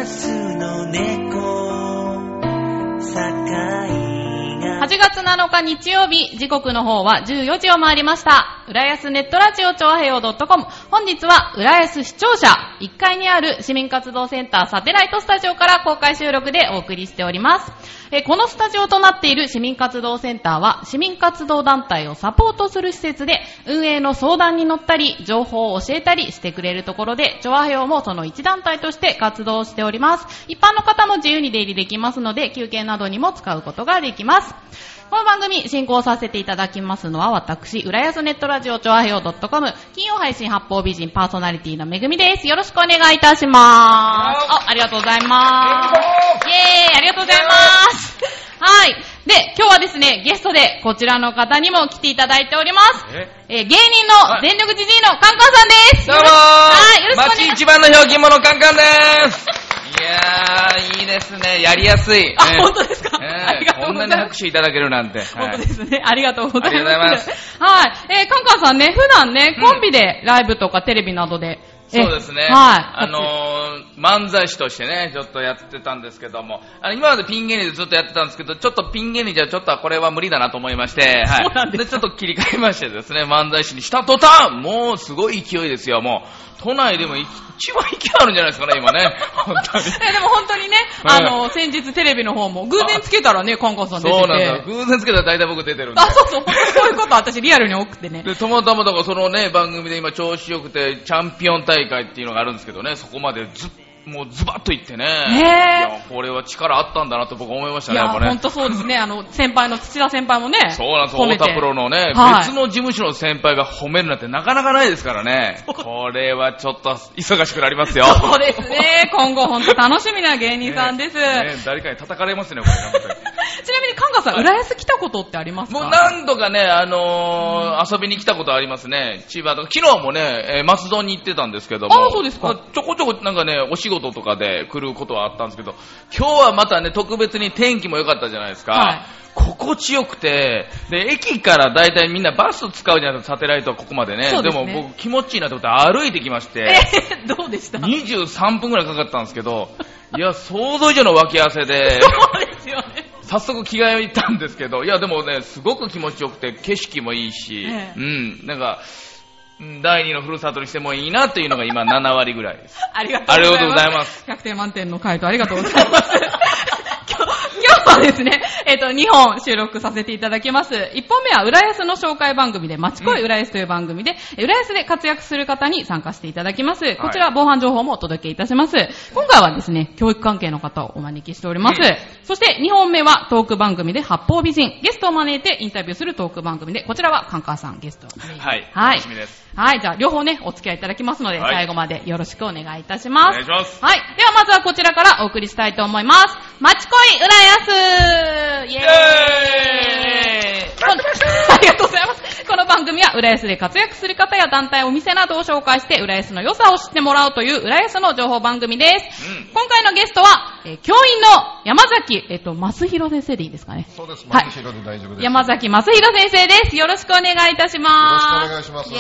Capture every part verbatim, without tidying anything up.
スの猫はちがつなのか日曜日、時刻の方はじゅうよじを回りました。浦安ネットラジオチョアヘヨ .com。本日は浦安視聴者いっかいにある市民活動センターサテライトスタジオから公開収録でお送りしております。えこのスタジオとなっている市民活動センターは市民活動団体をサポートする施設で、運営の相談に乗ったり情報を教えたりしてくれるところで、チョアヘヨもその一団体として活動しております。一般の方も自由に出入りできますので、休憩などにも使うことができます。この番組進行させていただきますのは私、浦安ネットラジオチョアヘヨ .com 金曜配信八方美人パーソナリティのめぐみです。よろしくお願いいたします。あ、ありがとうございます。イエーイ、ありがとうございます。はい。で、今日はですね、ゲストでこちらの方にも来ていただいております。ええー、芸人の全力じじいのカンカンさんです。 どうもー。はい、よろしくお願いします。町一番のひょうきん者カンカンでーす。いやー、いいですね。やりやすい。 あ、ね、本当ですか、えー、ありがとうございます。 こんなに拍手いただけるなんて。 本当ですね。ありがとうございます。 ありがとうございます。 はい。えー、カンカンさんね、普段ね、コンビでライブとかテレビなどで、 うん、そうですね。はい。あのー、漫才師としてね、ちょっとやってたんですけども、あの今までピン芸人でずっとやってたんですけど、ちょっとピン芸人じゃちょっとこれは無理だなと思いまして、はい。そうなんです。で、ちょっと切り替えましてですね、漫才師にした途端、もうすごい勢いですよ、もう。都内でも一番勢いあるんじゃないですかね、今ね。本当に。 え、でも本当にね、あの、先日テレビの方も、偶然つけたらね、カンカンさん出てて。 そうなんだ。偶然つけたら大体僕出てるんで。 あ、そうそう。そういうこと私リアルに多くてね。 で、たまたまだからそのね、番組で今調子よくて、チャンピオン大会っていうのがあるんですけどね、そこまでずっもうズバッといってね。 へー。いや、これは力あったんだなと僕思いましたね、やっぱね。 ほんとそうですね。あの、先輩の土田先輩もね。 そうなんです。太田プロのね、はい、別の事務所の先輩が褒めるなんてなかなかないですからね。これはちょっと忙しくなりますよ。 そうですね。今後ほんと楽しみな芸人さんです。ねね、誰かに叩かれますね、これ。 ちなみにカンカンさん、浦安来たことってありますか？ もう何度かね、あのー、遊びに来たことありますね。千葉とか。昨日もね、えー、松戸に行ってたんですけども。 あ、そうですか。 ちょこちょこなんかね、お仕事とかで来ることはあったんですけど、今日はまたね、特別に天気も良かったじゃないですか。はい、心地よくて、で、駅からだいたいみんなバス使うじゃないですか、サテライトはここまでね。でね。でも僕気持ちいいなと思って歩いてきまして。 えー、どうでした？ にじゅうさんぷんくらいかかったんですけど、いや、想像以上の脇汗で。 そうですよね。 早速着替えを行ったんですけど、いやでもね、すごく気持ちよくて、景色もいいし、ええ、うん、なんか、第二のふるさとにしてもいいなというのが今ななわりぐらいです。 ありがとうございます。ひゃくてん満点の回答ありがとうございます。今日はですね、えっと、にほん収録させていただきます。いっぽんめは浦安の紹介番組で、まちこい浦安という番組で、うん、浦安で活躍する方に参加していただきます。こちら防犯情報もお届けいたします。今回はですね、教育関係の方をお招きしております。うん、そしてにほんめはトーク番組で八方美人、ゲストを招いてインタビューするトーク番組で、こちらはカンカンさんゲスト。 はい。 はい。 楽しみです。 はい。じゃあ、両方ね、お付き合いいただきますので、はい、最後までよろしくお願いいたします。 お願いします。 はい。では、まずはこちらからお送りしたいと思います。まちこい浦安イェーイ、ありがとうございます。この番組は浦安で活躍する方や団体、お店などを紹介して、浦安の良さを知ってもらおうという浦安の情報番組です。うん、今回のゲストは、えー、教員の山崎、えっと、増弘先生でいいですかね。 そうです。増弘で大丈夫です。 山崎増弘先生です。よろしくお願いいたします。 よろしくお願いします。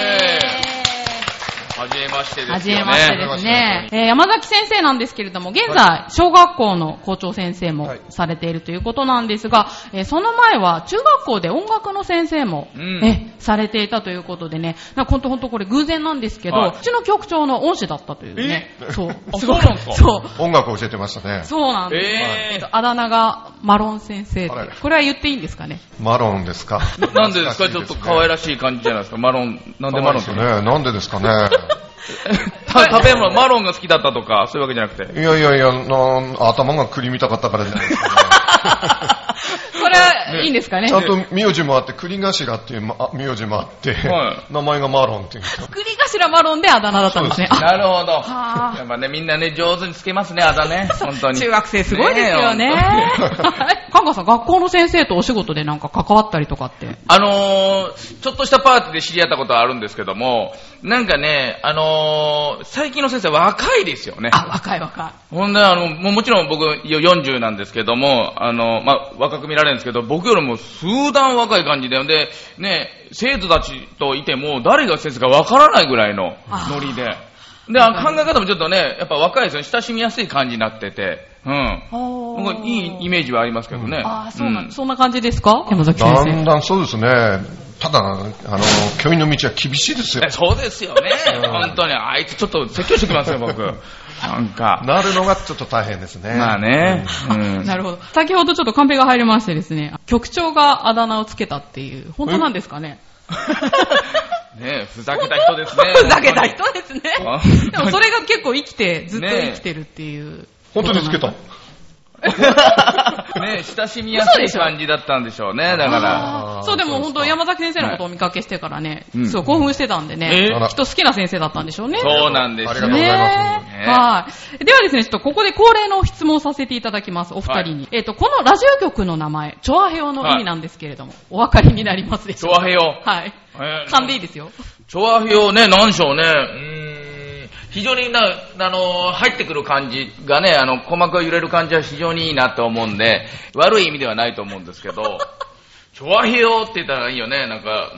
はじめましてですね。 はじめましてですね。えー、山崎先生なんですけれども、現在、小学校の校長先生もされているということなんですが、えー、その前は中学校で音楽の先生も、うん、えされていたということでね、ほんとほんとこれ偶然なんですけど、はい、うちの局長の恩師だったというね。そう。 すごい。 そう。 音楽を教えてましたね。 そうなんです。えー、あだ名がマロン先生。これは言っていいんですかね。 マロンですか。 なんでですか？ちょっと可愛らしい感じじゃないですか。マロン、なんでマロンですかね。なんでですかね。 食べ物、マロンが好きだったとか、そういうわけじゃなくて。 いやいやいや、な頭が栗見たかったからじゃないですかね。 これはいいんですかね。 ちゃんと名字もあって、栗頭っていう名字もあって、はい、名前がマロンっていう。 栗頭マロンであだ名だったんですね。 なるほど。やっぱね、みんなね、上手につけますね、あだね。本当に。 中学生すごいですよね。カンカンさん、学校の先生とお仕事でなんか関わったりとかって。 あのー、ちょっとしたパーティーで知り合ったことはあるんですけども、なんかね、あのー、最近の先生若いですよね。 あ、若い若い。 ほんで、あの、も, もちろん僕よんじゅうなんですけども、あの、まあ、若く見られるんですけど、僕よりも数段若い感じで、で、ね、生徒たちといても誰が先生かわからないぐらいのノリで。 で、考え方もちょっとね、やっぱ若いですよね。親しみやすい感じになってて。うん。なんかいいイメージはありますけどね。うん、 ああ、そうなん、うん、そんな感じですか山崎先生。 だんだんそうですね。ただ、あの、教員の道は厳しいですよ。 そうですよね。本当に。あいつちょっと説教してきますよ、僕。なんか。 なるのがちょっと大変ですね。 まあね。 うん、なるほど。先ほどちょっとカンペが入りましてですね、局長があだ名をつけたっていう、本当なんですかね。 ねえ、ふざけた人ですね。 ふざけた人ですね。でもそれが結構生きて、ずっと生きてるっていう。 本当につけたね、親しみやすい感じだったんでしょうね、だから。 そう、でも本当山崎先生のことをお見かけしてからね、はい、すごい興奮してたんでね、うん、きっと好きな先生だったんでしょうね。 そうなんですよ。 ありがとうございます。 ね、はい。ではですね、ちょっとここで恒例の質問をさせていただきます、お二人に。はい、えっと、このラジオ局の名前、チョアヘヨの意味なんですけれども、はい、お分かりになりますでしょうか。 チョアヘヨ。 はい。噛んでいいですよ。 チョアヘヨね、なんでしょうね。うーん非常にな、あの、入ってくる感じがね、あの、鼓膜が揺れる感じは非常にいいなと思うんで、悪い意味ではないと思うんですけど、チョアヘヨって言ったらいいよね、なんか、うん、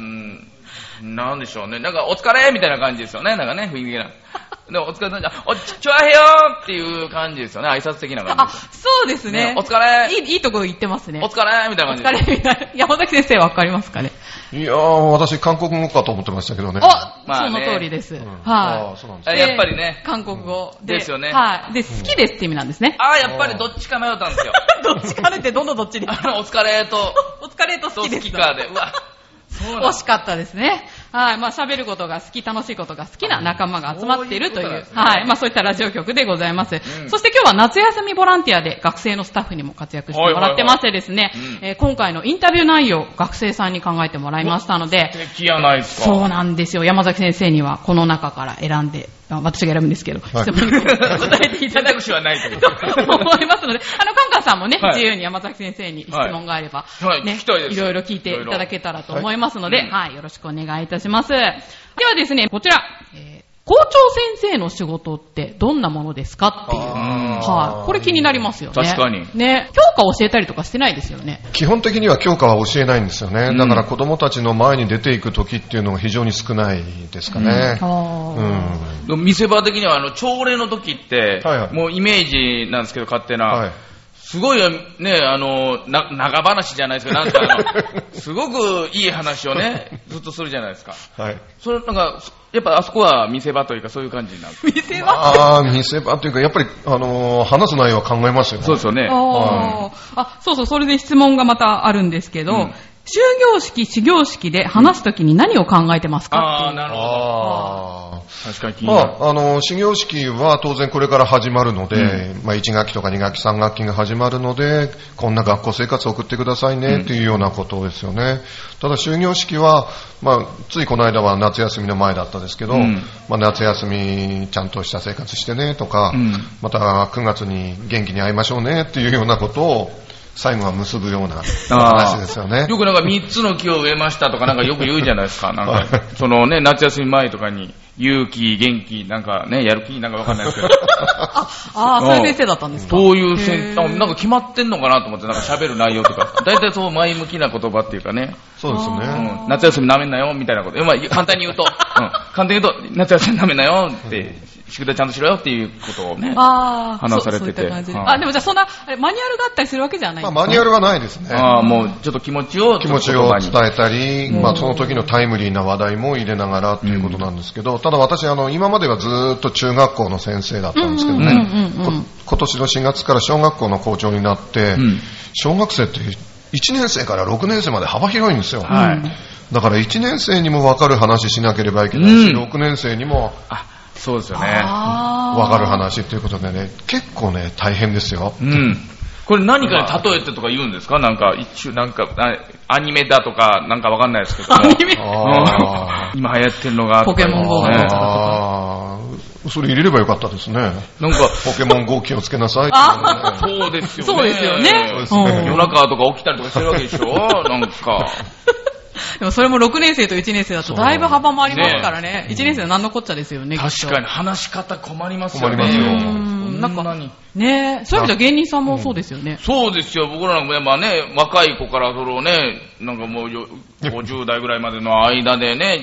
なんでしょうね、なんか、お疲れみたいな感じですよね、なんかね、雰囲気が。でもお疲れ様じゃん、お、チョアヘヨっていう感じですよね、挨拶的な感じです。 あ、そうですね。 ねお疲れいい、いいところ言ってますね。 お疲れみたいな感じです。お疲れみたいな。山崎先生わかりますかね。 いやー、私、韓国語かと思ってましたけどね。 あ、まあね、その通りです。うん、はい、 あ。そうなんですね。 やっぱりね。 韓国語で。 ですよね。 はい。で、好きですって意味なんですね。 ああ、やっぱりどっちか迷ったんですよ。 どっちかってどのどっちにあの、お疲れと。 お疲れと好きです。 好きかで。うわ。 惜しかったですね。はい。まあ、喋ることが好き、楽しいことが好きな仲間が集まっているという、ういうね、はい。まあ、そういったラジオ局でございます。うん、そして今日は夏休みボランティアで学生のスタッフにも活躍してもらってましてですね、はいはいはい、えー、今回のインタビュー内容、学生さんに考えてもらいましたので、 素敵やないですか。 そうなんですよ。山崎先生にはこの中から選んで、私が選ぶんですけど、はい、質問に答えていただく選択肢はないと思いますので、あの、カンカンさんもね、はい、自由に山崎先生に質問があれば、 はい、 ね、 はい、 いろいろ聞いていただけたらと思いますので、はい、はい、よろしくお願いいたします。ではですね、こちら、えー校長先生の仕事ってどんなものですかっていう。はい。これ気になりますよね。 確かに。 ね。教科を教えたりとかしてないですよね。 基本的には教科は教えないんですよね。うん、だから子供たちの前に出ていく時っていうのが非常に少ないですかね。うん。 うん、見せ場的にはあの朝礼の時って、はいはい、もうイメージなんですけど勝手な。はい、すごいね、あの、な、長話じゃないですけど、なんかあの、すごくいい話をね、ずっとするじゃないですか。はい。それなんか、やっぱあそこは見せ場というかそういう感じになる。 見せ場ああ、見せ場というか、やっぱり、あのー、話す内容は考えますよね。 そうですよね。 あ、はい、あ、そうそう、それで質問がまたあるんですけど、うん、終業式、始業式で話すときに何を考えてますかっていう。ああ、 なるほど。あ確かに気になる。まあ、あの、始業式は当然これから始まるので、うん、まあ、いち学期とかに学期、さん学期が始まるので、こんな学校生活を送ってくださいね、っていうようなことですよね。うん、ただ、終業式は、まあ、ついこの間は夏休みの前だったですけど、うん、まあ、夏休みちゃんとした生活してね、とか、うん、またくがつに元気に会いましょうね、っていうようなことを、最後は結ぶような話ですよね。 よくなんかみっつの木を植えましたとかなんかよく言うじゃないですか。なんか、そのね、夏休み前とかに、勇気、元気、なんかね、やる気なんかわかんないですけど。 ああ、そういう先生だったんですか。 そういう先生、なんか決まってんのかなと思って、なんか喋る内容とか。大体そう前向きな言葉っていうかね。 そうですね。 うん、夏休み舐めんなよ、みたいなこと。まあ、簡単に言うと、うん、簡単に言うと、夏休み舐めんなよって、宿題ちゃんとしろよっていうことをね、 あ話されてて。 そうそういったあ、でもじゃあそんな、マニュアルがあったりするわけじゃないんですか、 まあ、マニュアルはないですね。 ああ、もうちょっと気持ちを、 気持ちを伝えたり、まあその時のタイムリーな話題も入れながらっていうことなんですけど、うん、ただ私、あの、今まではずーっと中学校の先生だったんですけどね、今年のしがつから小学校の校長になって、うん、小学生っていちねん生からろくねん生まで幅広いんですよ。はい、だからいちねん生にも分かる話しなければいけないし、うん、ろくねん生にも、 あ、そうですよね。 分かる話ということでね、結構ね、大変ですよ。 うん。これ何かに例えてとか言うんですか？なんか、一応なんか、アニメだとか、なんかわかんないですけども。 アニメあ今流行ってるのが。 ポケモン ゴーね。 ああ、それ入れればよかったですね。 なんか、 ポケモン ゴー 気をつけなさいって、 ね。そうですよね。 そうですよね。 そうですね。 夜中とか起きたりとかしてるわけでしょなんか。 でもそれもろくねん生といちねん生だとだいぶ幅もありますからね。いちねん生は何のこっちゃですよね。 確かに話し方困りますよね。 困りますよ。 なんかねえ、そういう意味では芸人さんもそうですよね。 うん、そうですよ。僕らなんかまあね、若い子からそれをね、なんかもうごじゅう代ぐらいまでの間でね、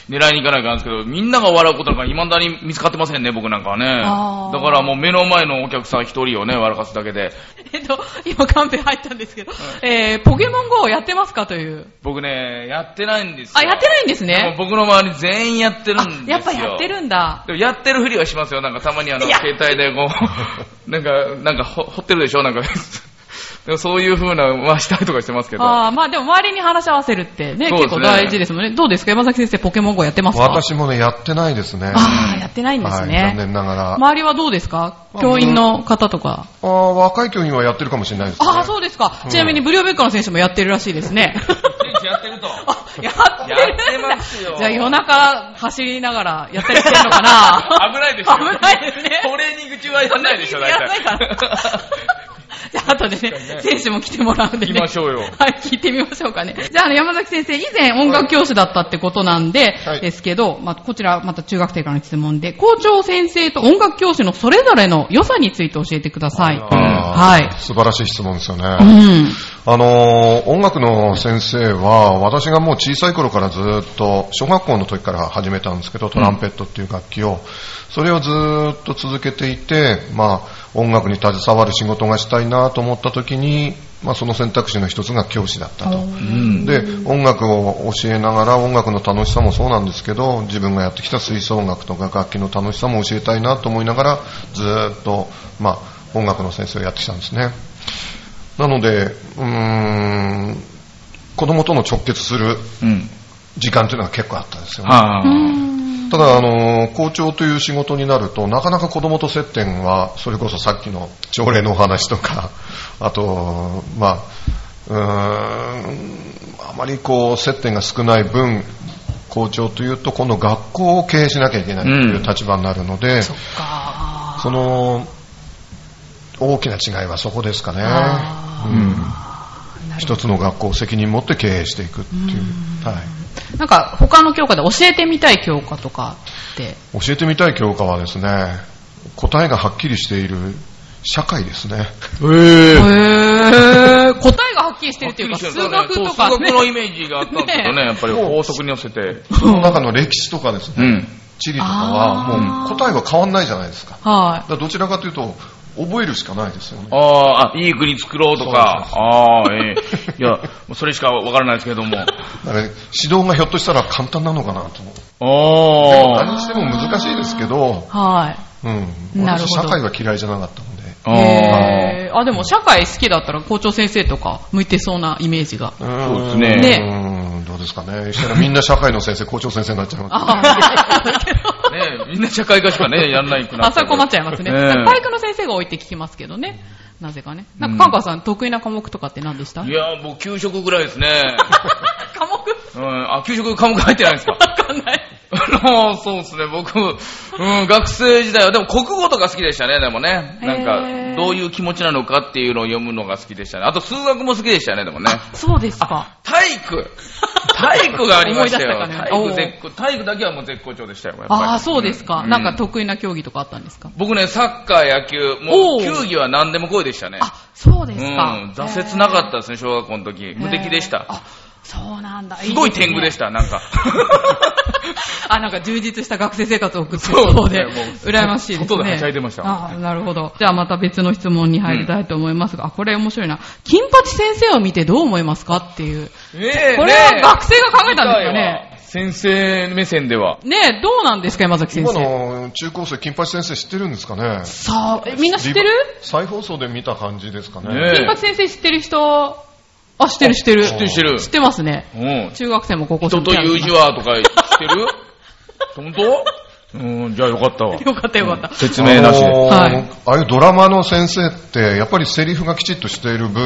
狙いに行かないかんですけど、みんなが笑うことなんか未だに見つかってませんね、僕なんかはね。 あーだからもう目の前のお客さん一人をね、笑かすだけで。 えっと、今カンペ入ったんですけど、えー、ポケモン ゴー やってますかという。 僕ね、やってないんですよ。 あ、やってないんですでもね。 僕の周り全員やってるんですよ。 やっぱやってるんだ。 でもやってるふりはしますよ。なんかたまにあの、 いや携帯でこう、なんか、なんかほ、掘ってるでしょなんか。でもそういう風な回したりとかしてますけど。 ああ、まあでも周りに話し合わせるってね、 そうですね結構大事ですもんね。どうですか山崎先生、ポケモン ゴー やってますか？ 私もね、やってないですね。 ああ、やってないんですね。 はい、残念ながら。 周りはどうですか？教員の方とか。 ああ、若い教員はやってるかもしれないですね。 ああ、そうですか。ちなみにブリオベッカの選手もやってるらしいですね。 やってると。 あ、やってるんだ。 やってますよ。 じゃあ夜中走りながらやったりしてるのかな？ 危ないですよ。 危ないですね。 トレーニング中はやんないでしょ、大体。 やんないから。じゃあ後でね、選手も来てもらうんでね。 行きましょうよ。 はい、聞いてみましょうかね。じゃあ、あの、山崎先生、以前音楽教師だったってことなんで、 はい、 ですけど、まあ、こちら、また中学生からの質問で、校長先生と音楽教師のそれぞれの良さについて教えてください。はい。 素晴らしい質問ですよね。 うん。 あのー、音楽の先生は、私がもう小さい頃からずっと、小学校の時から始めたんですけど、トランペットっていう楽器を、それをずっと続けていて、まあ、音楽に携わる仕事がしたいなと思った時に、まあ、その選択肢の一つが教師だったと。で、音楽を教えながら音楽の楽しさもそうなんですけど、自分がやってきた吹奏楽とか楽器の楽しさも教えたいなと思いながら、ずっと、まあ、音楽の先生をやってきたんですね。なので、うーん、子供との直結する時間というのが結構あったんですよね。 うんただ、あの、校長という仕事になると、なかなか子供と接点は、それこそさっきの朝礼のお話とか、あと、まあ、うーん、あまりこう、接点が少ない分、校長というと、今度学校を経営しなきゃいけないという立場になるので、うん、そっか、その、大きな違いはそこですかね。うん、一つの学校を責任持って経営していくっていう。はい。 なんか他の教科で教えてみたい教科とかって教えてみたい教科はですね、答えがはっきりしている社会ですね。 へー。 へー。答えがはっきりしてるというか、数学とか、ね、 数学のイメージがあったんですけどね、やっぱり法則に寄せて。 その中の歴史とかですね、うん、地理とかはもう答えは変わんないじゃないですか。 はい。 だからどちらかというと、覚えるしかないですよね。 ああ、いい国作ろうとか。ああ、ええー。いや、それしかわからないですけども。だから指導がひょっとしたら簡単なのかなと思う。 ああ。 でも何しても難しいですけど、 はい。 うん。私、社会は嫌いじゃなかったので。 へー。あ、でも社会好きだったら校長先生とか向いてそうなイメージが。 そうですね。 ね。 うん、どうですかね。したらみんな社会の先生、校長先生になっちゃいます。 ねえ、みんな社会科しかね、やんないくなっちゃう。あ、それ困っちゃいますね。体育の先生が多いって聞きますけどね。なぜかね。なんか、カンカさん、得意な科目とかって何でした？ いや、もう給食ぐらいですね。 科目？ うん、あ、給食科目入ってないんですか？ わかんない。 あの、そうですね、僕、うん、学生時代は、でも国語とか好きでしたね、でもね。なんか、どういう気持ちなのかっていうのを読むのが好きでしたね。あと数学も好きでしたね、でもね。 そうですか。 体育体育がありましたよ。 思い出したかね、 体育絶好、体育だけはもう絶好調でしたよ。やっぱりああ、そうですか、うん。なんか得意な競技とかあったんですか？ 僕ね、サッカー、野球、もう球技は何でも声でしたね。 あ、そうですか。うん、 挫折なかったですね、小学校の時。無敵でした。 あ、そうなんだ。 すごい天狗でした、なんか。 あ、なんか充実した学生生活を送ってそうで、羨ましいですね。 外ではしゃいでました。 あ、なるほど。じゃあまた別の質問に入りたいと思いますが、うん、あ、これ面白いな。金八先生を見てどう思いますかっていう。 ねえ、 これは学生が考えたんですかね。 先生目線では。 ねえ、どうなんですか、山崎先生。 今の中高生、金八先生知ってるんですかね。 さあ、え、みんな知ってる？ 再放送で見た感じですかね。 ね、金八先生知ってる人、あ、知ってる知ってる。 知ってる知ってる。 知ってますね。 うん。 中学生も高校生も。 人という字はとか知ってる？本当？うん、じゃあよかったわ。 よかったよかった。うん、 説明なしで。 あのーはい、ああいうドラマの先生って、やっぱりセリフがきちっとしている分、うん、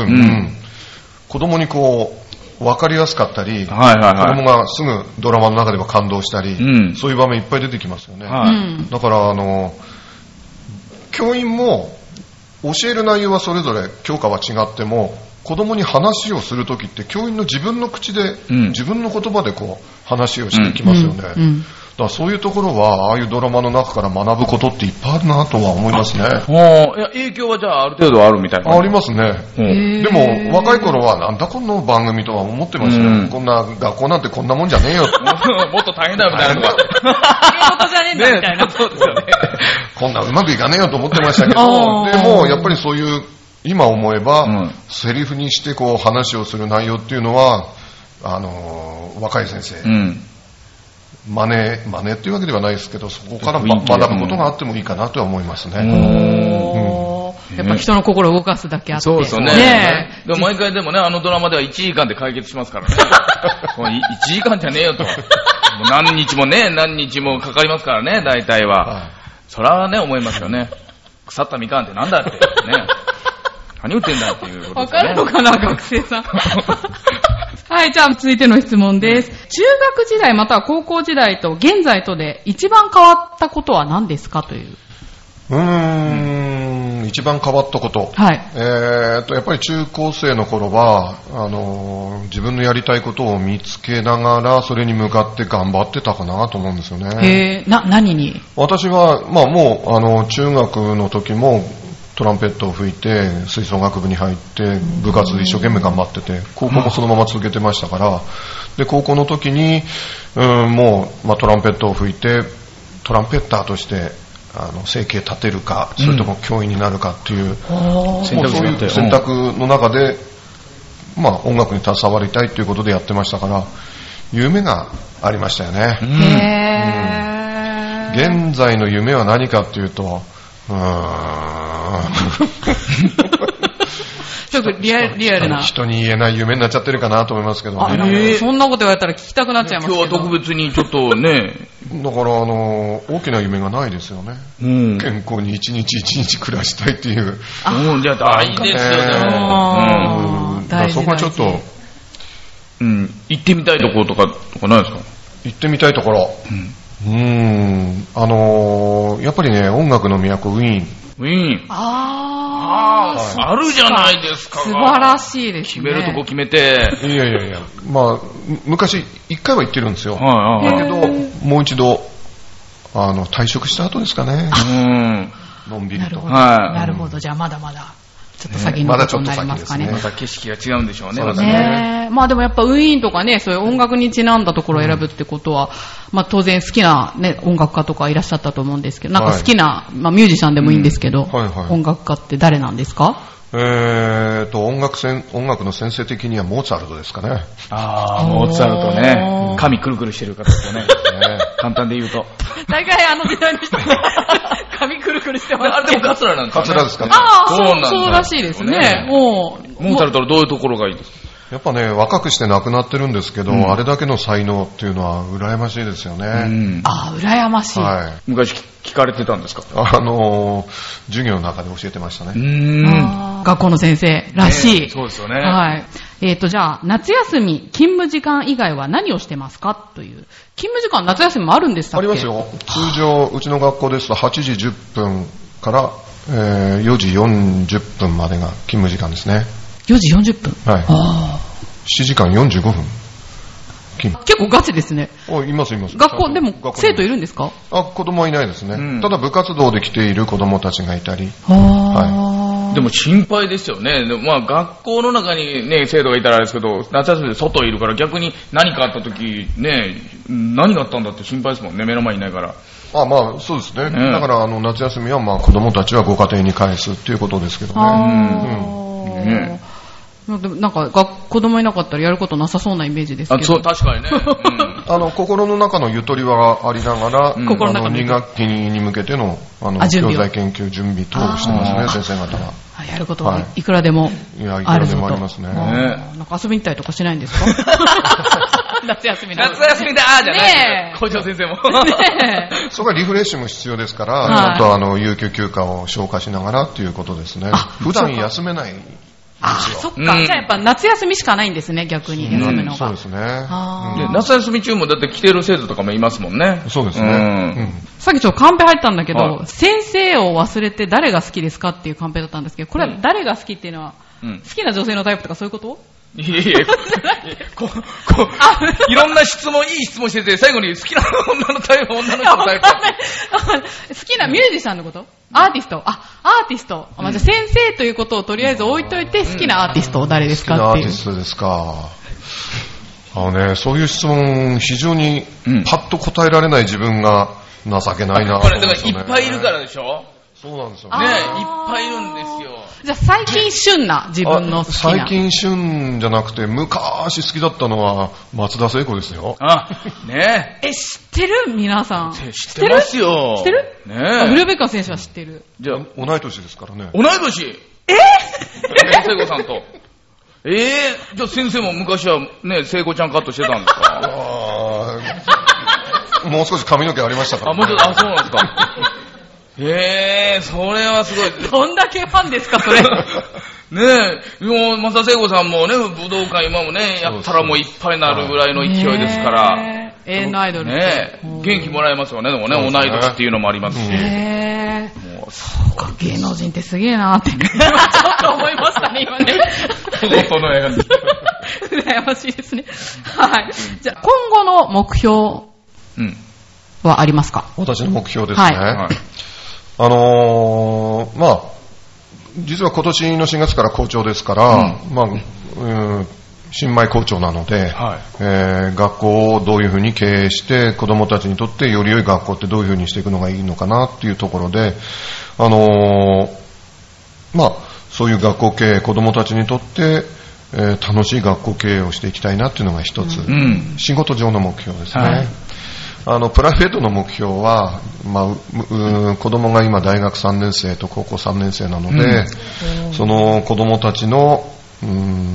子供にこう、わかりやすかったり、はいはいはい、子供がすぐドラマの中では感動したり、うん、そういう場面いっぱい出てきますよね。はい、だから、あの、教員も教える内容はそれぞれ教科は違っても、子供に話をするときって教員の自分の口で、うん、自分の言葉でこう話をしていきますよね。うんうんうん、 からそういうところは、ああいうドラマの中から学ぶことっていっぱいあるなとは思いますね。 おー、いや、影響はじゃあある程度あるみたいな。 ありますね。でも、若い頃はなんだこの番組とは思ってましたよ。うん、こんな、学校なんてこんなもんじゃねえよ。もっと大変だよみたいな。 仕事じゃねえんだみたいな。 そうですよね。 こんなうまくいかねえよと思ってましたけど、でも、やっぱりそういう、今思えば、うん、セリフにしてこう話をする内容っていうのは、あのー、若い先生、うん、真似、真似っていうわけではないですけど、そこから、ま、学ぶことがあってもいいかなとは思いますね。 うん、やっぱ人の心を動かすだけあって。 そうですよね。ねでも毎回でもね、あのドラマではいちじかんで解決しますからね。いちじかんじゃねえよと。もう何日もね、何日もかかりますからね、大体は。はい、そらはね、思いますよね。腐ったみかんってなんだって。ね。何言ってんだっていうことですね。 わかるのかな、学生さん。はい、じゃあ続いての質問です。中学時代または高校時代と現在とで一番変わったことは何ですかという。 うーん、一番変わったこと。 はい。 えーと、やっぱり中高生の頃は、あのー、自分のやりたいことを見つけながら、それに向かって頑張ってたかなと思うんですよね。 へー、な、何に？ 私は、まあもう、あの、中学の時も、トランペットを吹いて吹奏楽部に入って部活一生懸命頑張ってて高校もそのまま続けてましたからで高校の時にうんもう、まあ、トランペットを吹いてトランペッターとしてあの生計立てるかそれとも教員になるかっていう、うん、選択、そういう選択の中で、まあ、音楽に携わりたいということでやってましたから夢がありましたよね。 へー、うん、現在の夢は何かっていうとうーんちょっとリアル、リアルな人に言えない夢になっちゃってるかなと思いますけどね。 そんなこと言われたら聞きたくなっちゃいますけど。 今日は特別にちょっとねだからあの大きな夢がないですよね、うん、健康に一日一日暮らしたいっていう。 あ、うん、じゃあ大事ですよね。 うん、だからそこはちょっと、 うん、行ってみたいところとかとかないですか？ 行ってみたいところ、うんうーん、あのー、やっぱりね、音楽の都、ウィーン。 ウィーン。 あー、 あー、あるじゃないですか。 素晴らしいですね。 決めるとこ決めて。 いやいやいや、まあ、昔、一回は行ってるんですよ。 はいはいはい、 だけど、もう一度、あの、退職した後ですかね。 うん。 のんびりと。 はい。なるほど、じゃあまだまだ。ちょっと先のことになりますかね。 まだちょっと先ですね。また景色が違うんでしょうね。 そうですね。まあでもやっぱウィーンとかね、そういう音楽にちなんだところを選ぶってことは、うん、まあ当然好きなね、音楽家とかいらっしゃったと思うんですけど、なんか好きな、はい、まあミュージシャンでもいいんですけど、うんはいはい、音楽家って誰なんですか？ えーと、音楽せん、音楽の先生的にはモーツァルトですかね。 あー、モーツァルトね。髪くるくるしてる方ですよね。簡単で言うと。 大概あの時代の人髪くるくるしてます。 あれでもカツラなんですか、ね、 カツラですかね。 ああ、そうなんだ。そうらしいですね。ねもうモーツァルトのどういうところがいいですか？ やっぱね、若くして亡くなってるんですけど、うん、あれだけの才能っていうのは羨ましいですよね。うん、 ああ、羨ましい。はい、 昔聞かれてたんですか？ あのー、授業の中で教えてましたね。 うーん、学校の先生らしい。 ね、そうですよね。 はい。えっと、じゃあ、夏休み、勤務時間以外は何をしてますかという。勤務時間、夏休みもあるんですか？ ありますよ。通常、うちの学校ですとはちじじゅっぷんから、えー、よじよんじゅっぷんまでが勤務時間ですね。 よじよんじゅっぷん。 はい。あしちじかんよんじゅうごふん。 結構ガチですね。 あ、いますいます。 学校でも生徒いるんですか？ あ、子供はいないですね、うん、ただ部活動で来ている子供たちがいたり。 はい、 でも心配ですよね。でもまあ学校の中にね生徒がいたらあれですけど、夏休みで外いるから逆に何かあった時ね、何があったんだって心配ですもんね、目の前にいないから。 あ、まあそうですね、うん、だからあの夏休みはまあ子供たちはご家庭に返すっていうことですけどね。うん、ね、 なんか子供いなかったらやることなさそうなイメージですけど。 あ、そう、確かにね、うん、 あの心の中のゆとりはありながら、うん、あのに学期に向けてのあの教材研究準備等をしてますね、先生方は。 やることはいくらでもあるぞと。いや、いくらでもありますね。 なんか遊びに行ったりとかしないんですか？夏休みだ。 夏休みだーじゃない。校長先生も。 ね、そこはリフレッシュも必要ですから、はい、あとあの有給休暇を消化しながらっていうことですね。普段休めない。 ああ、そっか、うん。じゃあやっぱ夏休みしかないんですね、逆に休むのが。 そうですね。 で夏休み中もだって来てる生徒とかもいますもんね。 そうですね。うん、 さっきちょっとカンペ入ったんだけど、はい、先生を忘れて誰が好きですかっていうカンペだったんですけど、これは誰が好きっていうのは、うん、好きな女性のタイプとかそういうこと？ いやいや、こ、こ、いろんな質問、いい質問してて、最後に好きな女のタイプ、女の人のタイプ。 好きなミュージシャンのことアーティストあ、アーティスト。まあ、じゃあ先生ということをとりあえず置いといて、好きなアーティスト誰ですかっていう。 好きなアーティストですか。あのね、そういう質問、非常にパッと答えられない自分が情けないな、 これ、だからいっぱいいるからでしょ。 そうなんですよね。ね、いっぱいいるんですよ。 じゃあ最近旬な自分の好きな。 最近旬じゃなくて、昔好きだったのは松田聖子ですよ。 あ、ねえ。え、知ってる皆さん。 知ってますよ。 知ってるねえ。ウルベッカ選手は知ってる。 じゃあ、同い年ですからね。 同い年えー、聖子さんと。えー、じゃあ先生も昔はね、聖子ちゃんカットしてたんですか？ あもう少し髪の毛ありましたから、 ね。あ、もうちょっと、あ、そうなんですか。へえー、それはすごい。 どんだけファンですか、それ。 ねえ、もう、松田聖子さんもね、武道館今もね、やったらもういっぱいになるぐらいの勢いですから。 永遠のアイドル。 ねえ、元気もらえますよね、でもね、同い年っていうのもありますし。 へー。もうそうか、芸能人ってすげえなーって。ちょっと思いましたね、今ね。 その映画に。 羨ましいですね。はい。じゃあ、今後の目標はありますか？ 私の目標ですね。 はい。 はいあのー、まあ、実は今年のしがつから校長ですから、うん、まあ、うん、新米校長なので、はいえー、学校をどういうふうに経営して子どもたちにとってより良い学校ってどういうふうにしていくのがいいのかなっていうところで、あのー、まあ、そういう学校経営、子どもたちにとって、えー、楽しい学校経営をしていきたいなっていうのが一つ、うん、仕事上の目標ですね。はいあのプライベートの目標は、まあ、うう子供が今大学さんねん生と高校さんねん生なので、うん、その子供たちの、うん、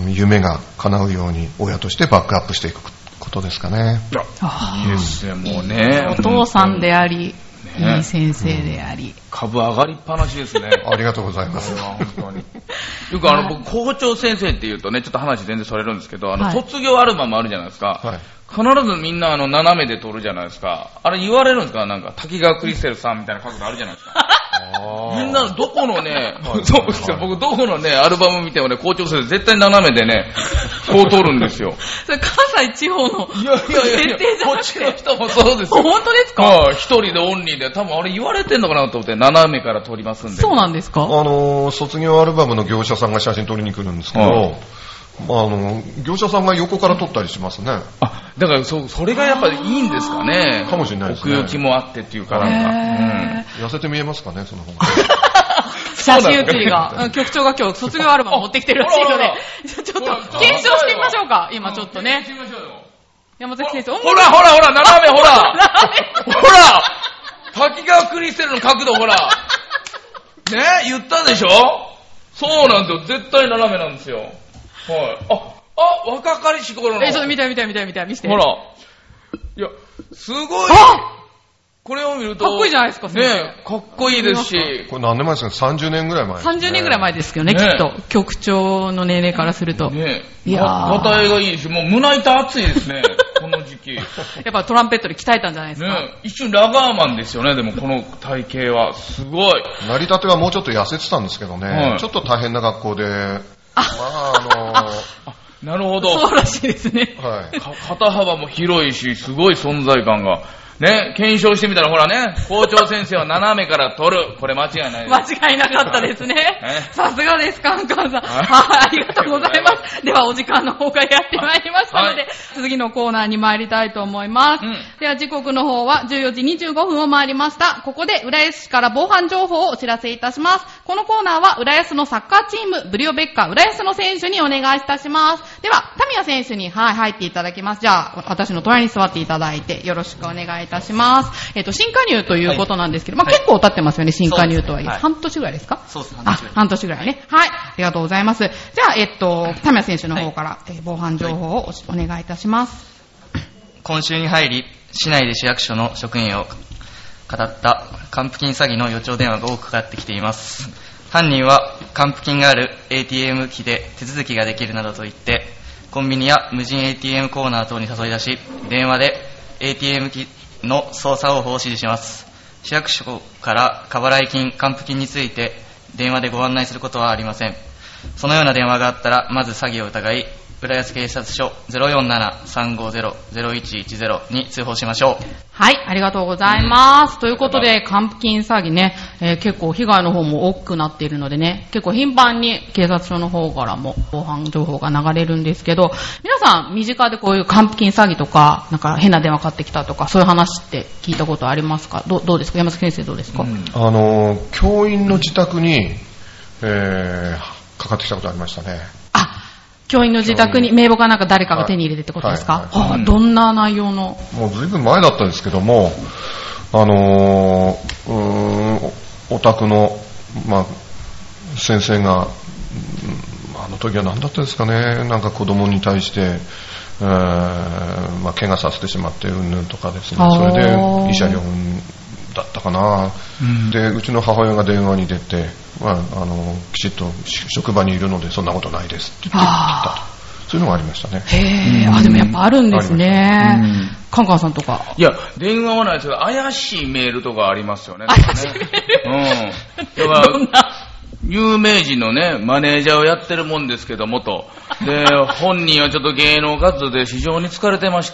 夢が叶うように親としてバックアップしていくことですかね。 いいですね、もうね。 お父さんであり、ね、いい先生であり、うん、 株上がりっぱなしですね。 ありがとうございます。 本当によくあの僕校長先生っていうとね、ちょっと話全然それるんですけど、あの、はい、卒業アルバムあるじゃないですか。はい必ずみんなあの斜めで撮るじゃないですか。あれ言われるんですかなんか滝川クリステルさんみたいな角度あるじゃないですか。みんなどこのね、そうですよ。僕どこのねアルバム見てもね校長先生絶対斜めでねこう撮るんですよ。 それ関西地方のいやいやいやいやこっちの人もそうですよ。 本当ですか？ はい、一人でオンリーで多分あれ言われてんのかなと思って斜めから撮りますんで。 そうなんですか？ あの卒業アルバムの業者さんが写真撮りに来るんですけど。はいまあ、あの業者さんが横から撮ったりしますね。 あ、だからそそれがやっぱりいいんですかね。 かもしれないですね。 奥行きもあってっていうかなんか、 うん、痩せて見えますかねその方が。 写真写りが局長が今日卒業アルバム持ってきてるらしいのでちょっと検証してみましょうか今ちょっとね。山崎先生ほらほらほら斜めほらほら滝川クリステルの角度ほらね言ったでしょ。そうなんですよ絶対斜めなんですよ。はい。あ、あ、若かりし頃の。 え、ちょっと見たい見たい見たい見たい見せて。 ほら。いや、すごい。これを見ると。 かっこいいじゃないですか、 ねかっこいいですし。 これ何年前ですか ?さんじゅう 年ぐらい前、ね。 さんじゅうねんぐらい前ですけどね、ねきっと。局長の年齢からすると。 ねいやー。がたえがいいし、もう胸板熱いですね。この時期。やっぱトランペットで鍛えたんじゃないですか。 ね一瞬ラガーマンですよね、でもこの体型は。すごい。 成り立てはもうちょっと痩せてたんですけどね。はい、ちょっと大変な学校で。あ、まあ、あのー、なるほど。 そうらしいですね。 はい。 肩幅も広いし、すごい存在感が。ね、検証してみたらほらね、校長先生は斜めから撮る。これ間違いないです。 間違いなかったですね。さすがです、カンカンさん。はい、ありがとうございます。ではお時間の方がやってまいりましたので、はい、次のコーナーに参りたいと思います。うん、では時刻の方はじゅうよじにじゅうごふんを回りました。ここで浦安市から防犯情報をお知らせいたします。このコーナーは浦安のサッカーチーム、ブリオベッカ浦安の選手にお願いいたします。では、タミヤ選手に、はい、入っていただきます。じゃあ、私の隣に座っていただいてよろしくお願いいたします。えっと、新加入ということなんですけど、はい、まあ、結構経ってますよね、新加入とはいえ。はい、半年ぐらいですか？ そうです、 半年ぐらい。あ、半年ぐらいね。はい。ありがとうございます。じゃあ、えっと、タミヤ選手の方から、はい、えー、防犯情報を お, お願いいたします。 今週に入り、市内で市役所の職員を語った還付金詐欺の予兆電話が多くかかってきています。犯人は還付金がある エーティーエム 機で手続きができるなどと言って、コンビニや無人 エーティーエム コーナー等に誘い出し、電話で エーティーエム 機の操作方法を指示します。市役所から過払い金、還付金について電話でご案内することはありません。そのような電話があったら、まず詐欺を疑い、 浦安警察署 ゼロよんなな さんごゼロ ゼロいちいちゼロ に通報しましょう。 はい、ありがとうございます。うん、ということで、還付金詐欺ね、えー、結構被害の方も多くなっているのでね、結構頻繁に警察署の方からも防犯情報が流れるんですけど、皆さん身近でこういう還付金詐欺とか、なんか変な電話かかってきたとか、そういう話って聞いたことありますか？ど, どうですか？山崎先生どうですか？うん、 あの、教員の自宅に、えー、かかってきたことありましたね。 あ、教員の自宅に名簿かなんか誰かが手に入れてってことですか？はいはいはい、はあ、どんな内容の？ もうずいぶん前だったんですけども、あのー、うーん、お宅の、まあ、先生が、あの時は何だったんですかね、なんか子供に対して、えーまあ、怪我させてしまってうんぬんとかですね、それで医者呼んだったかな、うん、でうちの母親が電話に出て、まあ、あのきちっと職場にいるのでそんなことないですって言ってたと、そういうのがありましたね。 へー、うん、あ、でもやっぱあるんですね。うん、カンカンさんとか。 いや、電話はないですけど怪しいメールとかありますよね。 怪しいメール、 うん、だからどんな有名人のね、マネージャーをやってるもんですけどもと。で、本人はちょっと芸能活動で非常に疲れてまして、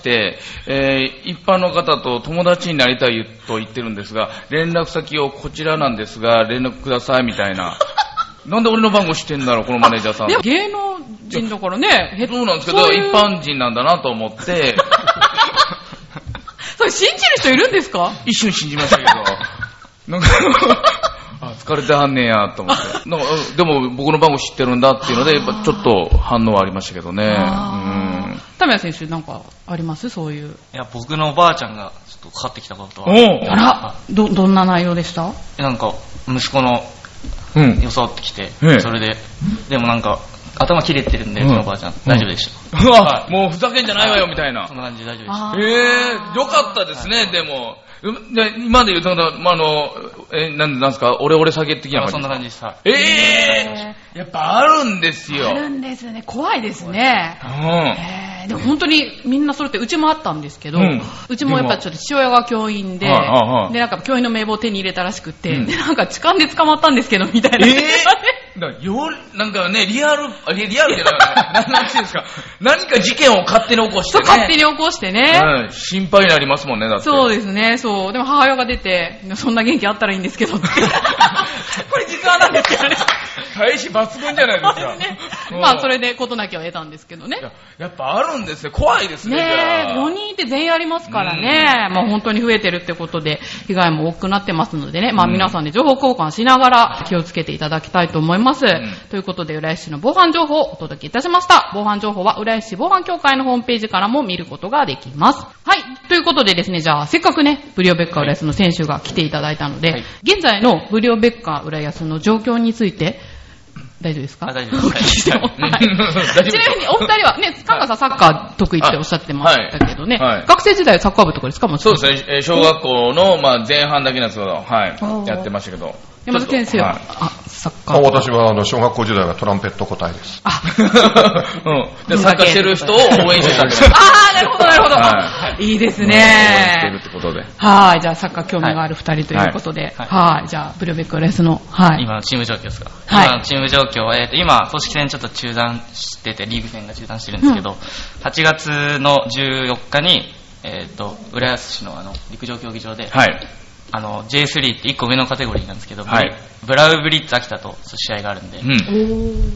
えー、一般の方と友達になりたいと言ってるんですが、連絡先をこちらなんですが、連絡くださいみたいな。なんで俺の番号知ってんだろう、このマネージャーさん。 芸能人だからね。 そうなんですけど、そういう一般人なんだなと思って。 それ信じる人いるんですか？ 一瞬信じましたけど。なんかあ、疲れてはんねんやと思って。なんかでも僕の番号知ってるんだっていうので、やっぱちょっと反応はありましたけどね。うん。 田宮選手なんかあります？そういう。 いや、僕のおばあちゃんがちょっとかかってきたことは。 あら、ど、どんな内容でした？ なんか、息子の、うん、装ってきて、うん、それで、でもなんか、頭切れてるんで、うちのおばあちゃん、うん、大丈夫でした。 うわ、もうふざけんじゃないわよ、みたいな。 そんな感じで大丈夫でした。 えー、よかったですね、でも。今で言うと、まあ、あの、え、なんですか、オレオレ下げ的な感じ。 そんな感じでした。 ええー、やっぱあるんですよ。 あるんですね。怖いですね。うん。えー、でも本当にみんなそれって、うちもあったんですけど、うん、うちもやっぱちょっと父親が教員で、はあはあ、で、なんか教員の名簿を手に入れたらしくて、うん、で、なんか痴漢で捕まったんですけど、みたいな。えーだよなんかね、リアル、リアルじゃない、なんていうんですか、何か事件を勝手に起こしてね。 そう、勝手に起こしてね。 うん、心配になりますもんね、だって。 そうですね、そう。でも母親が出て、そんな元気あったらいいんですけどって。これ実話なんですよね。 返し抜群じゃないですか。 ね、まあ、それで事なきを得たんですけどね。 や, やっぱあるんですね。怖いですね。 ねえ、よにんいて全員ありますからね。まあ、本当に増えてるってことで、被害も多くなってますのでね、まあ、皆さんで情報交換しながら気をつけていただきたいと思います。うん、ということで、浦安市の防犯情報をお届けいたしました。防犯情報は浦安市防犯協会のホームページからも見ることができます。はい。ということでですね、じゃあ、せっかくね、ブリオベッカ浦安の選手が来ていただいたので、はい、現在のブリオベッカ浦安の状況について、大丈夫ですか？ 大丈夫です。 ちなみにお二人はね、カンカさんサッカー得意っておっしゃってましたけどね、はいはい、学生時代サッカー部とかですか？もそうですね、小学校の、まあ、前半だけなんですけど、はい、やってましたけど。 山崎先生は、はい、あ、サッカー。 私はあの小学校時代はトランペット答えです。 あ、 うん。で、サッカーしてる人を応援してたんです。 ああ、なるほど、なるほど。はい、いいですね。応援してるってことで。 はい、じゃあサッカー興味がある二人ということで、はい、はい、じゃあブルーベックレースの、はい。 今のチーム状況ですか？ はい。 今のチーム状況は、えっと、今、組織戦ちょっと中断してて、リーグ戦が中断してるんですけど、うん、はちがつのじゅうよっかに、えっと、浦安市のあの、陸上競技場で、はい。あの ジェイスリー っていっこ上のカテゴリーなんですけど、はい、ブラウブリッツ秋田と試合があるんで、うん、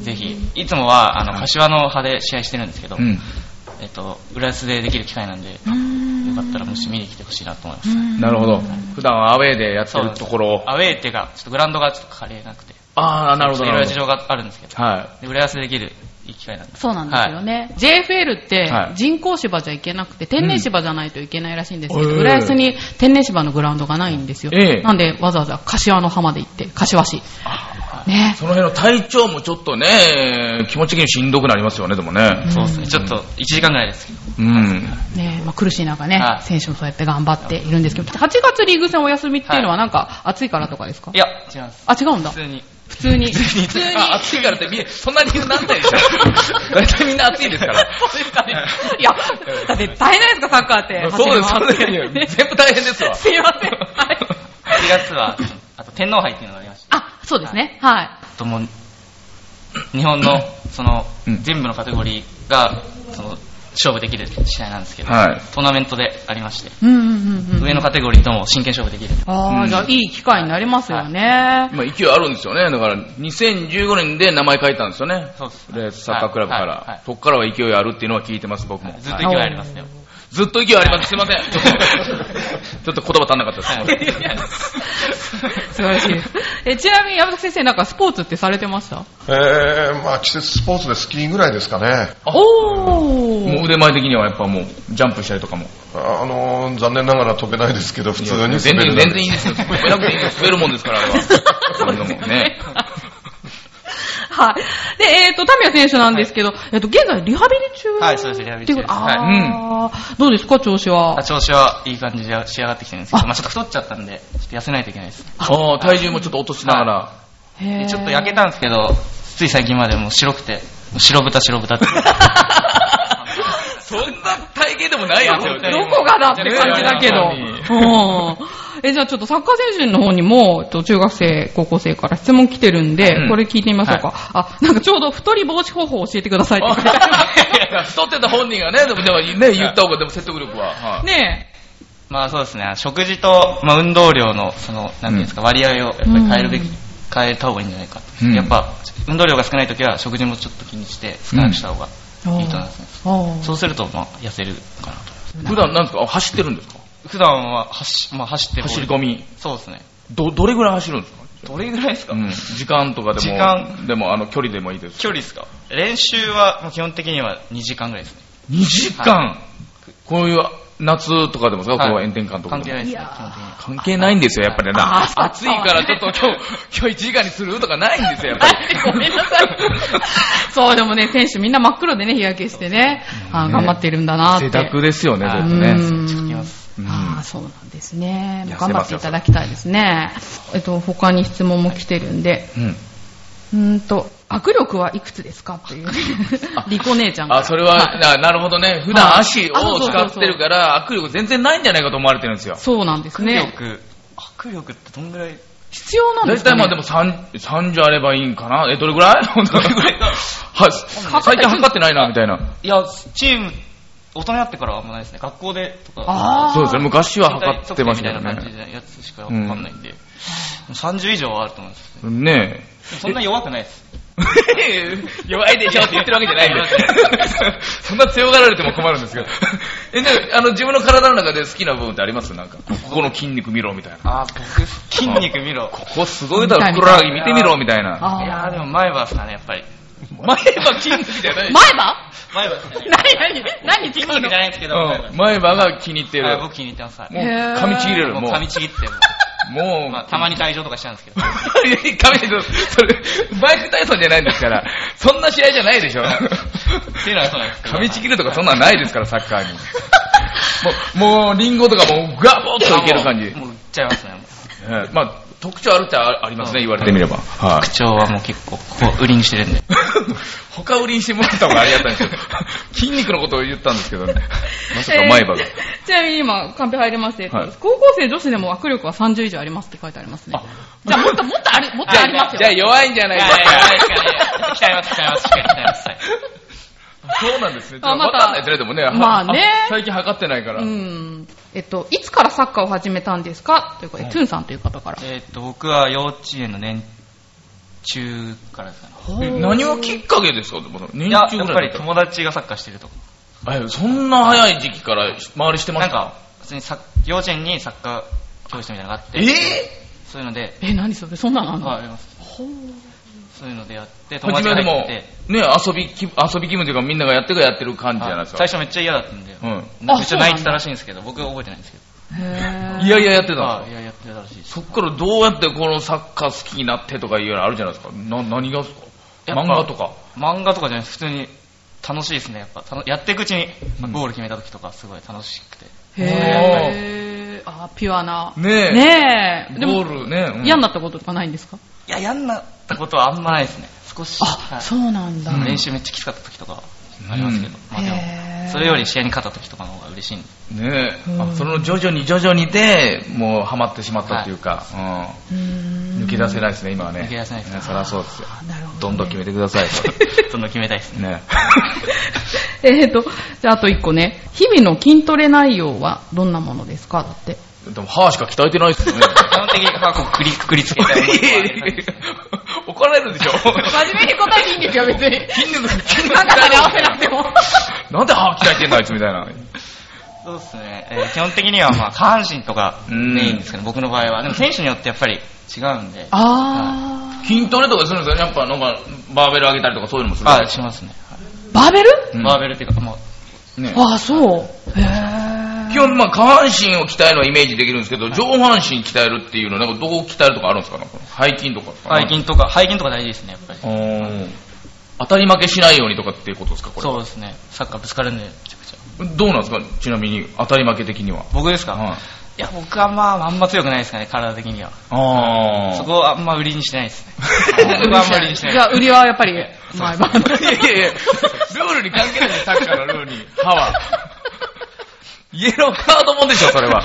ぜひいつもはあの柏の葉で試合してるんですけど、うん、えっと、浦安でできる機会なんで、よかったらもし見に来てほしいなと思います。 なるほど、はい、普段はアウェーでやってるところを、 アウェーっていうかちょっとグラウンドがちょっと借りれなくて、 ああ、なるほど、いろいろ事情があるんですけど、はい、で浦安でできるいい機会なんです。 そうなんですよね、はい、ジェイエフエル って人工芝じゃいけなくて天然芝じゃないといけないらしいんですけど、うん、浦安に天然芝のグラウンドがないんですよ、えー、なんでわざわざ柏の浜で行って柏市ね、 その辺の体調もちょっとね気持ち的にしんどくなりますよね。でもね、 うん、そうですね、ちょっといちじかんぐらいですけど、 うんね、まあ、苦しい中ね、はい、選手もそうやって頑張っているんですけど、はちがつリーグ戦お休みっていうのはなんか暑いからとかですか？ いや違います。 あ、違うんだ。 普通に普通に。 普通に。あ、暑いからってみんな、そんな理由なんないでしょ。大体みんな暑いですから。 そうですかね。いや、だって大変ないですか、サッカーって。 そうです、そうです。全部大変ですわ。 すいません。はい。 はちがつは、あと天皇杯っていうのがありました。 あ、そうですね。はい。 とも日本の、その、全部のカテゴリーがその勝負できる試合なんですけど、はい、トーナメントでありまして、うんうんうんうん、上のカテゴリーとも真剣勝負できる。 ああ、うん、じゃあいい機会になりますよね。 今勢いあるんですよね。だからにせんじゅうごねんで名前書いたんですよね。そうです。でサッカークラブから、はいはいはい、そこからは勢いあるっていうのは聞いてます僕も。 ずっと勢いありますよ。 ずっと勢いあります。すいません。ちょっと、ちょっと言葉足んなかったです。 素晴らしい。え、ちなみに山崎先生なんかスポーツってされてました？ えー、まあ季節スポーツでスキーぐらいですかね。 おー。 もう腕前的にはやっぱもうジャンプしたりとかも。 あのー、残念ながら飛べないですけど、普通に滑る。 全然、全然いいですよ。飛べなくていいです。滑るもんですから、あれは。そういうのもね。 はい。で、えっ、ー、と、タミヤ選手なんですけど、はい、えっ、ー、と、現在リハビリ中？ はい、そうです、リハビリ中です。 ああ、うん、どうですか、調子は？ 調子はいい感じで仕上がってきてるんですけど、まあちょっと太っちゃったんで、ちょっと痩せないといけないです。 ああ、体重もちょっと落としながら。 はい、へちょっと焼けたんですけど、つい最近までもう白くて、白豚白豚って。 そんな体型でもないよ、どこがだって感じだけど。え、じゃあちょっとサッカー選手の方にも、中学生、高校生から質問来てるんで、うん、これ聞いてみましょうか。はい、あ、なんかちょうど太り防止方法を教えてくださいって言って太ってた本人がね、でも、でもね、言った方がでも説得力は。はい、 ねえ。 まあそうですね、食事と、まあ、運動量の、その、なんていうんですか、割合をやっぱり変えるべき、うん、変えた方がいいんじゃないか。うん、やっぱ、運動量が少ないときは、食事もちょっと気にして、少なくした方がいいと思いますね。うん、そうすると、まあ、痩せるかなと。 普段なんですか、走ってるんですか？ 普段は走、まあ、走って走り込み。 そうですね。 ど、どれぐらい走るんですか？ どれぐらいですか？ うん、時間とかでも。時間でも、あの、距離でもいいです。 距離ですか？練習は、基本的にはにじかんぐらいですね。 にじかん、はい、こういう、夏とかでもさ、はい、こう炎天下とか関係ないですね。 関係ないんですよ、やっぱりな。暑いからちょっと今日、今日いちじかんにするとかないんですよ、やっぱり。 ごめんなさい。そう、でもね、選手みんな真っ黒でね、日焼けしてね、あ頑張ってるんだなって。 汗だくですよね、ずっとね。 ああ、そうなんですね。頑張っていただきたいですね。えっと、他に質問も来てるんで。うんうんと、握力はいくつですかっていう。リコ姉ちゃんが。 あ、それは、はい、な, なるほどね。普段足を使ってるから、握力全然ないんじゃないかと思われてるんですよ。 そうなんですね。 握力、握力ってどんぐらい必要なんですか、ね、 大体まあでもさんじゅうあればいいんかな。え、どれぐらいどれぐらいはい。最近測ってないな、みたいな。 いや、チーム、大人になってからはあんまないですね。学校でとか。 ああ。そうですね。昔は測ってましたよね。 みたいな感じでやつしかわかんないんで。うん、さんじゅう以上はあると思います。 ねえ。 そんな弱くないです。 弱いでしょって言ってるわけじゃないんで。そんな強がられても困るんですけど。え、で、あの、自分の体の中で好きな部分ってありますなんか、ここの筋肉見ろみたいな。 あ、僕、筋肉見ろ。 ここすごいだろ、ふくらはぎ見てみろみたいな。 いやー、でも前歯ですかね、やっぱり。 前歯筋肉じゃない。 前歯前歯ですね。 何何筋肉じゃないですけど。 前歯が気に入ってる。 僕気に入ってます。もう、噛みちぎれる。 もう噛みちぎって。もう、まあ、たまに退場とかしちゃうんですけど。 噛みちぎる。それ、バイク体操じゃないんですから、そんな試合じゃないでしょ。 っていうのはそうなんですけど。 噛みちぎるとかそんなんないですから、サッカーに。もう、もう、リンゴとかもう、ガボッといける感じ。 もう、いっちゃいますね。 まあ、特徴あるっちゃありますね、言われてみれば。 特徴はもう結構、ここ売りにしてるんで。 他売りにしてもらった方がありがたいんですけど、筋肉のことを言ったんですけどね。まさか前歯が。 ちなみに今、カンペ入りまして、高校生女子でも握力はさんじゅう以上ありますって書いてありますね。じゃあもっともっとあり、もっとありますよ。 じゃあ弱いんじゃないですか。 弱いですかね。鍛えます、鍛えます、鍛えます。 そうなんですね。また、わかんないですね、でもね。 まあね。 最近測ってないから。 うん。えっと、いつからサッカーを始めたんですかということで、トゥンさんという方から。 えっと、僕は幼稚園の年中からですかね。 何がきっかけですか年中ぐらい。やっぱり友達がサッカーしてるとか。 え、そんな早い時期から周りしてますか？ なんか、普通に幼稚園にサッカー教室みたいなのがあって。 えー、 そういうので。 え、何それそんなのあるの？ はい、あります。ほう。そういうのでやって、 友達が入って。ね、遊び気、遊び気分というかみんながやってるやってる感じじゃないですか。 最初めっちゃ嫌だったんで。うん。めっちゃ泣いてたらしいんですけど、僕は覚えてないんですけど。 へいやいややってたの？いややってたらしいです。 そっからどうやってこのサッカー好きになってとかいうのあるじゃないですか。な、何がですか？漫画とか。 漫画とかじゃないです。普通に楽しいですね。やっぱ、やっていくうちに、ゴール決めた時とかすごい楽しくて。 へー。あ、ピュアな。 ねえ。 ねえ。 ゴールね。 嫌になったこととかないんですか？ いや、嫌になったことはあんまないですね。少し。 あ、そうなんだ。 練習めっちゃきつかった時とかありますけど。 それより試合に勝った時とかの方が嬉しいんで。 ねえ、あ、その徐々に徐々にでもうハマってしまったっていうか、はい、うん、抜け出せないですね今はね。 抜け出せないですね。 そりゃそうですよ。 なるほどね、 どんどん決めてください。 どんどん決めたいですね。 ねえっと、じゃああと一個ね、日々の筋トレ内容はどんなものですかだって。 でも歯しか鍛えてないですよね。 基本的に歯こうくりくくりつけたい。 怒られるでしょ。 真面目に答えていいんですよ別に。 筋肉筋肉なんかで合わせなくても。 なんで歯鍛えてんのあいつみたいな。 そうですね、えー、基本的にはまあ下半身とかメインですけど、僕の場合は。でも選手によってやっぱり違うんで。 あー、筋トレとかするんですよね。やっぱなんかバーベル上げたりとかそういうのもする。 あ、しますね。 バーベル、 うん、バーベルっていうかもう、 ね、ああそうへー。 基本まあ下半身を鍛えるのはイメージできるんですけど、上半身鍛えるっていうのはなんかどう鍛えるとかあるんですか？背筋とか。 背筋とか背筋とか大事ですねやっぱり。 当たり負けしないようにとかっていうことですかこれ？そうですね。サッカーぶつかるんでめちゃくちゃ。 どうなんですかちなみに当たり負け的には。 僕ですか？はい、いや僕はまああんま強くないですかね体的には。ああ。そこはあんま売りにしてないですね。僕はあんま売りにしてない。 じゃあ売りはやっぱり前歯。 いやいやいやルールに関係ないサッカーのルールに歯は。イエローカードもんでしょそれは。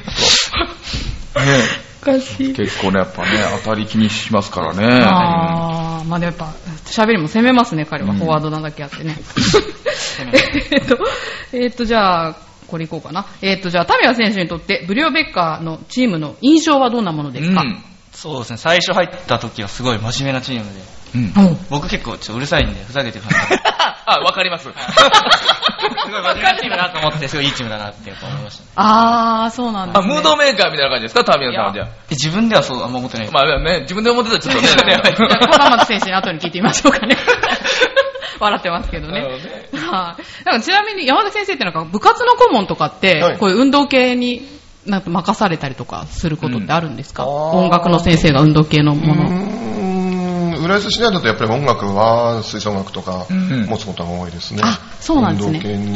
ね、おかしい。結構ねやっぱね当たり気にしますからね。 ああ、まあでやっぱ喋りも攻めますね彼は、うん、フォワードなだけあってね。えっとえっとじゃあこれいこうかな。えっとじゃあタミヤ選手にとってブリオベッカーのチームの印象はどんなものですか？うん、 そうですね。最初入った時はすごい真面目なチームで。うん、僕結構ちょっとうるさいんでふざけてる感じ。 あ、わかります。すごい真面目なチームだなと思ってすごいいいチームだなって思いました、ね。 あーそうなんです、ね、 あ、ムードメーカーみたいな感じですかタミヤさんはじゃあ。 自分ではそうあんま思ってないです。 まあね自分で思ってたらちょっとね。 高松選手に後に聞いてみましょうかね。笑ってますけどね。はい、あ。なんかちなみに山田先生ってなんか部活の顧問とかって、はい、こういう運動系になんか任されたりとかすることってあるんですか？うん、音楽の先生が運動系のもの。 浦安市内だとやっぱり音楽は吹奏楽とか持つことが多いですね。うん、あ、 そうなんですね。 運動系に、うん、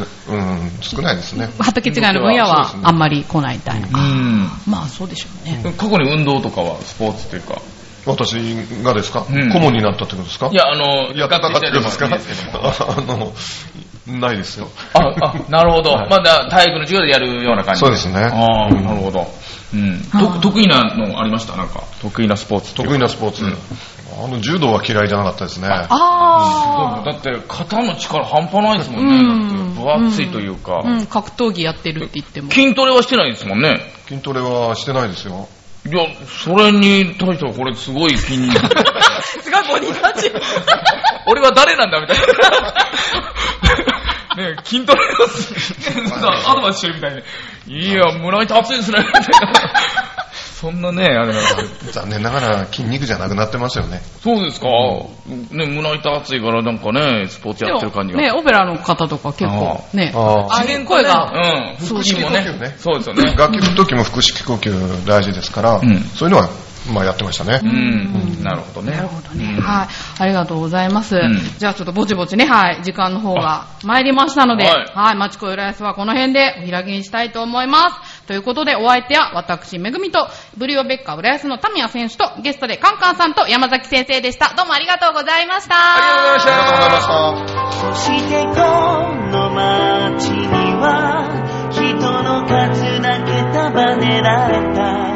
少ないですね。 畑違いの分野はあんまり来ないみたいな。うん、まあそうでしょうね。 過去に運動とかはスポーツというか。 私がですか、うん、顧問になったってことですか？ いや、あの、 やったかってことですか？あの、ないですよ。 あ、あ、なるほど。はい、まだ体育の授業でやるような感じ。 そうですね。 ああ、なるほど。うん。得意なのありましたなんか、得意なスポーツ。 得意なスポーツ。うん、あの、柔道は嫌いじゃなかったですね。ああ。だって肩の力半端ないですもんね。うん、だって分厚いというか、 うん。うん、格闘技やってるって言っても。 筋トレはしてないですもんね。 筋トレはしてないですよ。 いや、それに対してはこれすごい筋肉。 すごいボディタッチ。 俺は誰なんだみたいな。ねえ、筋トレをアドバイスしてるみたいに。いや、胸板熱いですね。みたいな。そんなね、あれなんか残念ながら筋肉じゃなくなってますよね。 そうですか。うん、ね、胸板熱いからなんかね、スポーツやってる感じが。 ね、オペラの方とか結構ね、ああいう声が、 うん、腹筋もね。そうですよね。 楽器の時も腹式呼吸大事ですから、うん、そういうのはまあやってましたね。 うん、なるほどね。 なるほどね。はい、ありがとうございます。じゃあちょっとぼちぼちね、はい、時間の方が参りましたので、はい、まちこ浦安はこの辺でお開きにしたいと思います。ということでお相手は私めぐみとブリオベッカ浦安のタミヤ選手とゲストでカンカンさんと山崎先生でした。どうもありがとうございました。 ありがとうございました。 そしてこの街には人の数だけ束ねられた